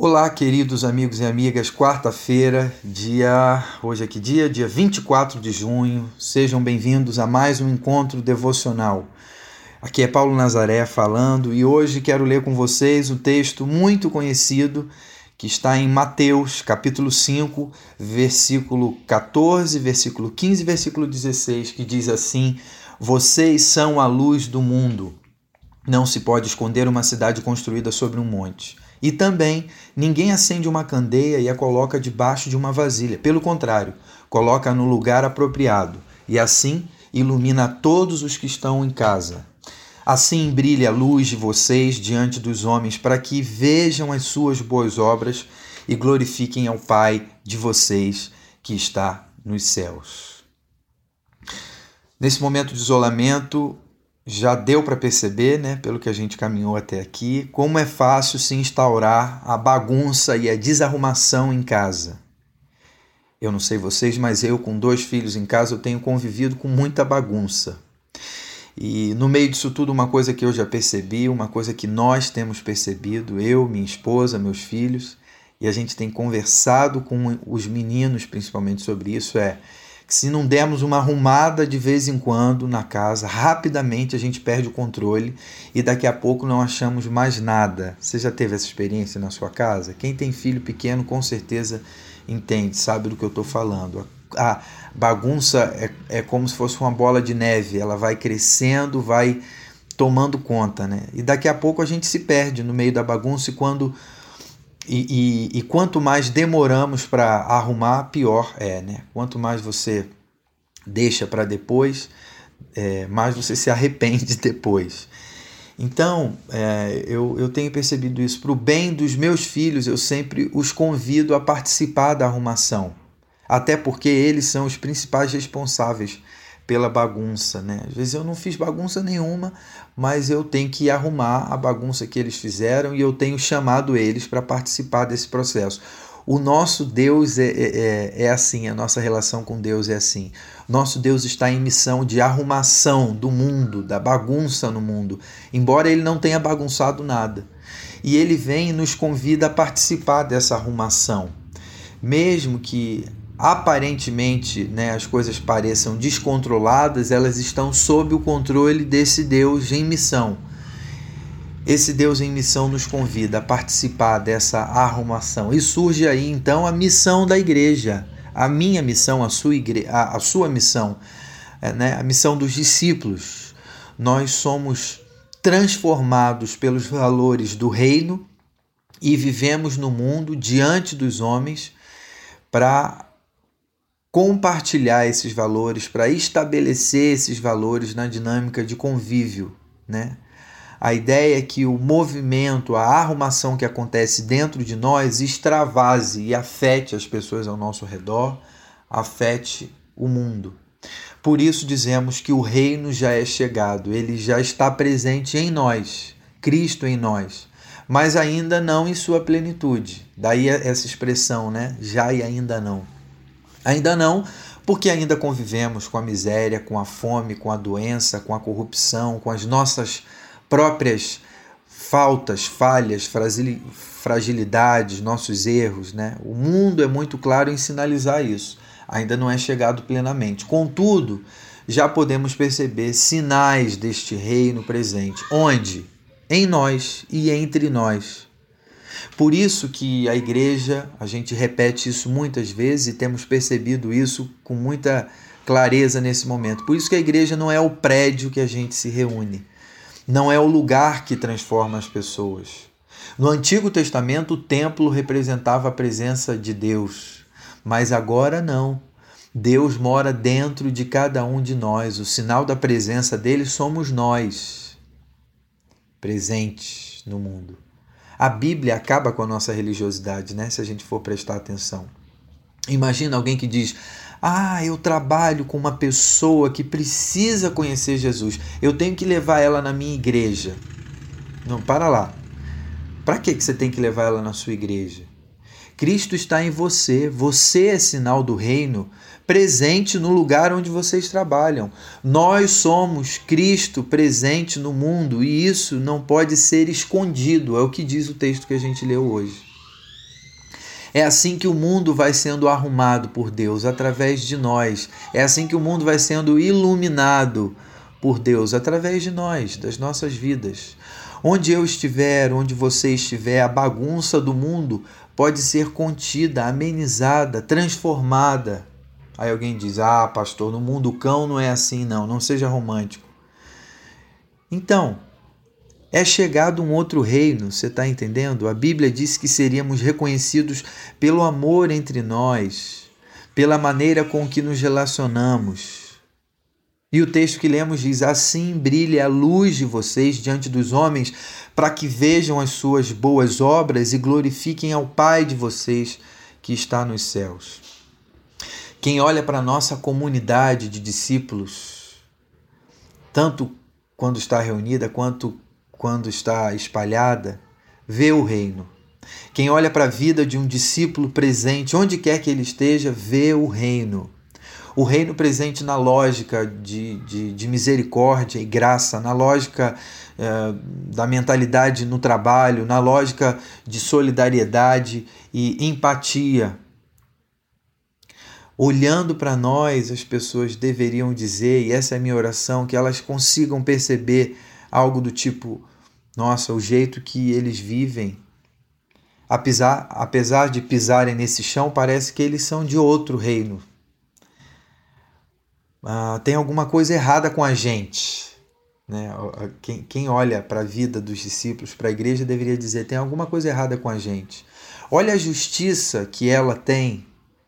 Olá, queridos amigos e amigas, quarta-feira, hoje é que dia? Dia 24 de junho, sejam bem-vindos a mais um encontro devocional. Aqui é Paulo Nazaré falando e hoje quero ler com vocês um texto muito conhecido que está em Mateus, capítulo 5, versículo 14, versículo 15 e versículo 16, que diz assim: Vocês são a luz do mundo. Não se pode esconder uma cidade construída sobre um monte. E também, ninguém acende uma candeia e a coloca debaixo de uma vasilha. Pelo contrário, coloca no lugar apropriado e assim ilumina todos os que estão em casa. Assim brilhe a luz de vocês diante dos homens, para que vejam as suas boas obras e glorifiquem ao Pai de vocês que está nos céus. Nesse momento de isolamento, já deu para perceber, pelo que a gente caminhou até aqui, como é fácil se instaurar a bagunça e a desarrumação em casa. Eu não sei vocês, mas eu com 2 filhos em casa, eu tenho convivido com muita bagunça. E no meio disso tudo, uma coisa que eu já percebi, uma coisa que nós temos percebido, eu, minha esposa, meus filhos, e a gente tem conversado com os meninos principalmente sobre isso, que se não dermos uma arrumada de vez em quando na casa, rapidamente a gente perde o controle e daqui a pouco não achamos mais nada. Você já teve essa experiência na sua casa? Quem tem filho pequeno com certeza entende, sabe do que eu estou falando. A bagunça é como se fosse uma bola de neve, ela vai crescendo, vai tomando conta, E daqui a pouco a gente se perde no meio da bagunça e quanto mais demoramos para arrumar, pior é, Quanto mais você deixa para depois, mais você se arrepende depois. Então, eu tenho percebido isso. Para o bem dos meus filhos, eu sempre os convido a participar da arrumação. Até porque eles são os principais responsáveis pela bagunça, Às vezes eu não fiz bagunça nenhuma, mas eu tenho que arrumar a bagunça que eles fizeram e eu tenho chamado eles para participar desse processo. O nosso Deus é assim, a nossa relação com Deus é assim. Nosso Deus está em missão de arrumação do mundo, da bagunça no mundo, embora Ele não tenha bagunçado nada. E Ele vem e nos convida a participar dessa arrumação. Mesmo que aparentemente as coisas pareçam descontroladas, elas estão sob o controle desse Deus em missão. Esse Deus em missão nos convida a participar dessa arrumação. E surge aí então a missão da igreja, a minha missão, a sua missão, a missão dos discípulos. Nós somos transformados pelos valores do reino e vivemos no mundo diante dos homens para compartilhar esses valores, para estabelecer esses valores na dinâmica de convívio, A ideia é que o movimento, a arrumação que acontece dentro de nós extravase e afete as pessoas ao nosso redor, afete o mundo. Por isso dizemos que o reino já é chegado, ele já está presente em nós, Cristo em nós, mas ainda não em sua plenitude. Daí essa expressão, já e ainda não. Ainda não, porque ainda convivemos com a miséria, com a fome, com a doença, com a corrupção, com as nossas próprias faltas, falhas, fragilidades, nossos erros, O mundo é muito claro em sinalizar isso. Ainda não é chegado plenamente. Contudo, já podemos perceber sinais deste reino presente. Onde? Em nós e entre nós. Por isso que a igreja, a gente repete isso muitas vezes e temos percebido isso com muita clareza nesse momento. Por isso que a igreja não é o prédio que a gente se reúne, não é o lugar que transforma as pessoas. No Antigo Testamento, o templo representava a presença de Deus, mas agora não. Deus mora dentro de cada um de nós. O sinal da presença dele somos nós, presentes no mundo. A Bíblia acaba com a nossa religiosidade, se a gente for prestar atenção. Imagina alguém que diz: eu trabalho com uma pessoa que precisa conhecer Jesus, eu tenho que levar ela na minha igreja. Não, para lá. Para que você tem que levar ela na sua igreja? Cristo está em você, você é sinal do reino presente no lugar onde vocês trabalham. Nós somos Cristo presente no mundo e isso não pode ser escondido, é o que diz o texto que a gente leu hoje. É assim que o mundo vai sendo arrumado por Deus através de nós. É assim que o mundo vai sendo iluminado por Deus através de nós, das nossas vidas. Onde eu estiver, onde você estiver, a bagunça do mundo pode ser contida, amenizada, transformada. Aí alguém diz: ah, pastor, no mundo cão não é assim, não. Não seja romântico. Então, é chegado um outro reino, você está entendendo? A Bíblia diz que seríamos reconhecidos pelo amor entre nós, pela maneira com que nos relacionamos. E o texto que lemos diz: assim brilhe a luz de vocês diante dos homens, para que vejam as suas boas obras e glorifiquem ao Pai de vocês que está nos céus. Quem olha para a nossa comunidade de discípulos, tanto quando está reunida quanto quando está espalhada, vê o reino. Quem olha para a vida de um discípulo presente, onde quer que ele esteja, vê o reino. O reino presente na lógica de misericórdia e graça, na lógica da mentalidade no trabalho, na lógica de solidariedade e empatia. Olhando para nós, as pessoas deveriam dizer, e essa é a minha oração, que elas consigam perceber algo do tipo: nossa, o jeito que eles vivem, apesar de pisarem nesse chão, parece que eles são de outro reino. Tem alguma coisa errada com a gente. Né? Quem olha para a vida dos discípulos, para a igreja, deveria dizer: tem alguma coisa errada com a gente. Olha a justiça que ela tem.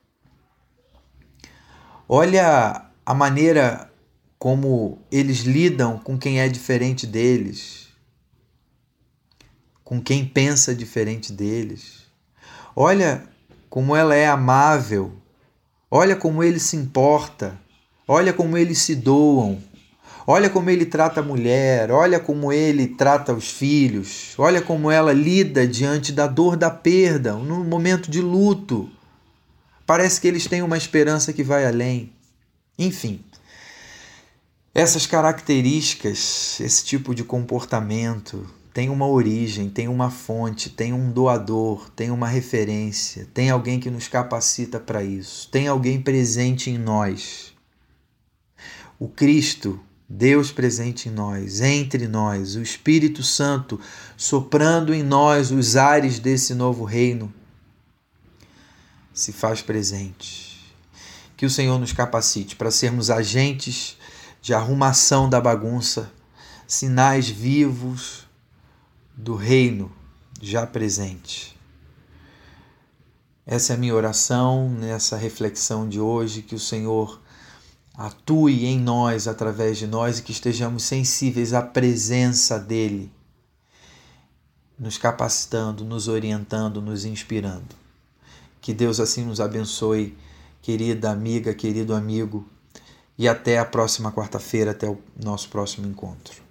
Olha a maneira como eles lidam com quem é diferente deles, com quem pensa diferente deles. Olha como ela é amável. Olha como ele se importa. Olha como eles se doam. Olha como ele trata a mulher. Olha como ele trata os filhos. Olha como ela lida diante da dor da perda, no momento de luto. Parece que eles têm uma esperança que vai além. Enfim, essas características, esse tipo de comportamento tem uma origem, tem uma fonte, tem um doador, tem uma referência, tem alguém que nos capacita para isso, tem alguém presente em nós. O Cristo, Deus presente em nós, entre nós, o Espírito Santo soprando em nós os ares desse novo reino, se faz presente. Que o Senhor nos capacite para sermos agentes de arrumação da bagunça, sinais vivos do reino já presente. Essa é a minha oração nessa reflexão de hoje, que o Senhor atue em nós, através de nós, e que estejamos sensíveis à presença dEle, nos capacitando, nos orientando, nos inspirando. Que Deus assim nos abençoe, querida amiga, querido amigo, e até a próxima quarta-feira, até o nosso próximo encontro.